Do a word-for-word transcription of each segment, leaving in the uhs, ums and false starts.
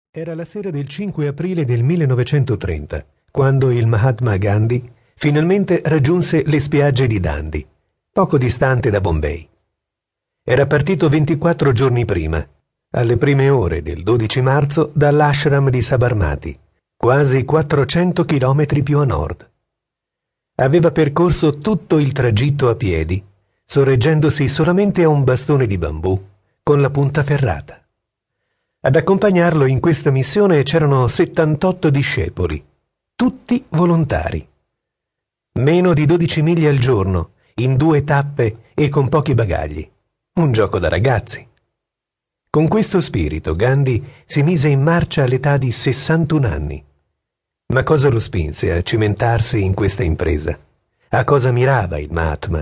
Era la sera del cinque aprile del millenovecentotrenta, quando il Mahatma Gandhi finalmente raggiunse le spiagge di Dundee, poco distante da Bombay. Era partito ventiquattro giorni prima, alle prime ore del dodici marzo, dall'ashram di Sabarmati, quasi quattrocento chilometri più a nord. Aveva percorso tutto il tragitto a piedi, sorreggendosi solamente a un bastone di bambù con la punta ferrata. Ad accompagnarlo in questa missione c'erano settantotto discepoli, tutti volontari. Meno di dodici miglia al giorno, in due tappe e con pochi bagagli. Un gioco da ragazzi. Con questo spirito Gandhi si mise in marcia all'età di sessantuno anni. Ma cosa lo spinse a cimentarsi in questa impresa? A cosa mirava il Mahatma?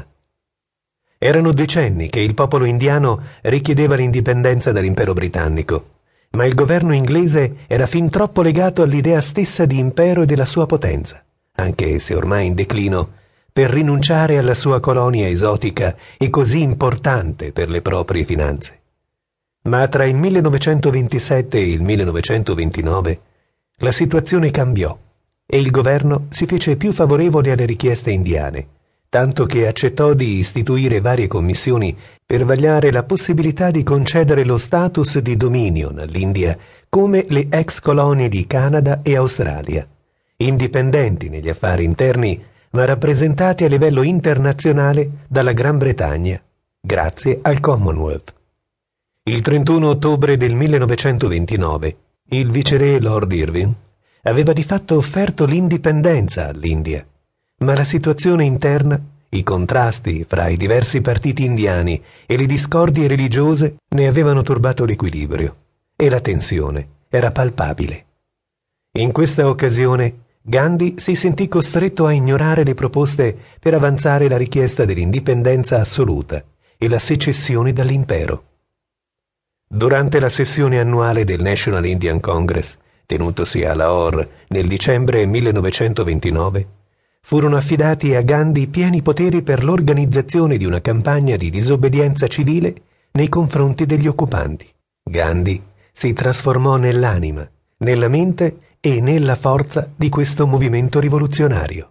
Erano decenni che il popolo indiano richiedeva l'indipendenza dall'impero britannico, ma il governo inglese era fin troppo legato all'idea stessa di impero e della sua potenza, anche se ormai in declino, per rinunciare alla sua colonia esotica e così importante per le proprie finanze. Ma tra il millenovecentoventisette e il millenovecentoventinove la situazione cambiò e il governo si fece più favorevole alle richieste indiane, tanto che accettò di istituire varie commissioni per vagliare la possibilità di concedere lo status di dominion all'India come le ex colonie di Canada e Australia, indipendenti negli affari interni ma rappresentati a livello internazionale dalla Gran Bretagna, grazie al Commonwealth. Il trentuno ottobre del millenovecentoventinove, il viceré Lord Irving aveva di fatto offerto l'indipendenza all'India, ma la situazione interna, i contrasti fra i diversi partiti indiani e le discordie religiose ne avevano turbato l'equilibrio e la tensione era palpabile. In questa occasione Gandhi si sentì costretto a ignorare le proposte per avanzare la richiesta dell'indipendenza assoluta e la secessione dall'impero. Durante la sessione annuale del National Indian Congress, tenutosi a Lahore nel dicembre millenovecentoventinove, furono affidati a Gandhi pieni poteri per l'organizzazione di una campagna di disobbedienza civile nei confronti degli occupanti. Gandhi si trasformò nell'anima, nella mente e nella forza di questo movimento rivoluzionario.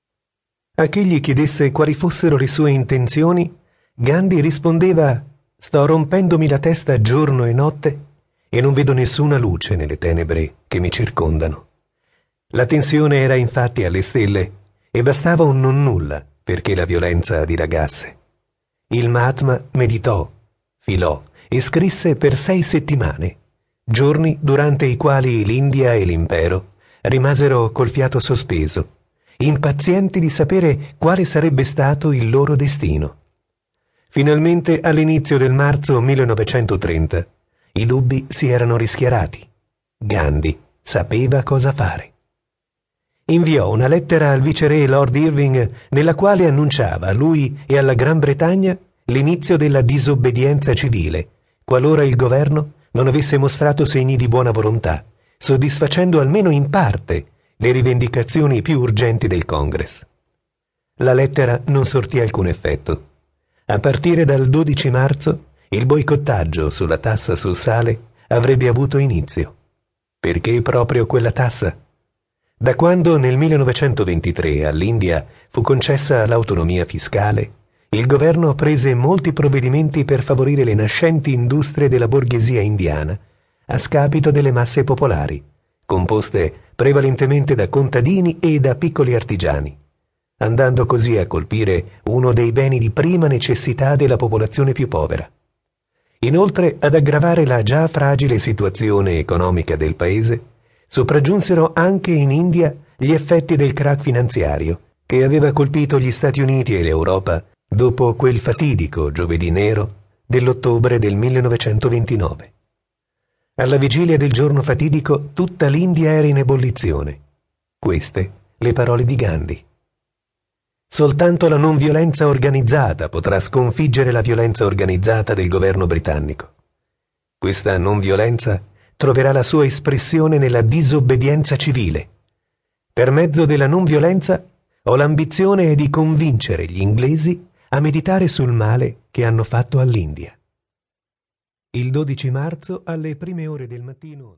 A chi gli chiedesse quali fossero le sue intenzioni, Gandhi rispondeva: «Sto rompendomi la testa giorno e notte e non vedo nessuna luce nelle tenebre che mi circondano». La tensione era infatti alle stelle e bastava un nonnulla perché la violenza dilagasse. Il Mahatma meditò, filò e scrisse per sei settimane, giorni durante i quali l'India e l'impero rimasero col fiato sospeso, impazienti di sapere quale sarebbe stato il loro destino. Finalmente, all'inizio del marzo millenovecentotrenta, i dubbi si erano rischiarati. Gandhi sapeva cosa fare. Inviò una lettera al viceré Lord Irving nella quale annunciava a lui e alla Gran Bretagna l'inizio della disobbedienza civile, qualora il governo non avesse mostrato segni di buona volontà, soddisfacendo almeno in parte le rivendicazioni più urgenti del Congress. La lettera non sortì alcun effetto. A partire dal dodici marzo, il boicottaggio sulla tassa sul sale avrebbe avuto inizio. Perché proprio quella tassa? Da quando nel millenovecentoventitré all'India fu concessa l'autonomia fiscale, il governo prese molti provvedimenti per favorire le nascenti industrie della borghesia indiana, a scapito delle masse popolari, composte prevalentemente da contadini e da piccoli artigiani, andando così a colpire uno dei beni di prima necessità della popolazione più povera. Inoltre, ad aggravare la già fragile situazione economica del paese, sopraggiunsero anche in India gli effetti del crack finanziario che aveva colpito gli Stati Uniti e l'Europa dopo quel fatidico giovedì nero dell'ottobre del millenovecentoventinove. Alla vigilia del giorno fatidico tutta l'India era in ebollizione. Queste le parole di Gandhi. Soltanto la non violenza organizzata potrà sconfiggere la violenza organizzata del governo britannico. Questa non violenza troverà la sua espressione nella disobbedienza civile. Per mezzo della non violenza ho l'ambizione di convincere gli inglesi a meditare sul male che hanno fatto all'India. Il dodici marzo, alle prime ore del mattino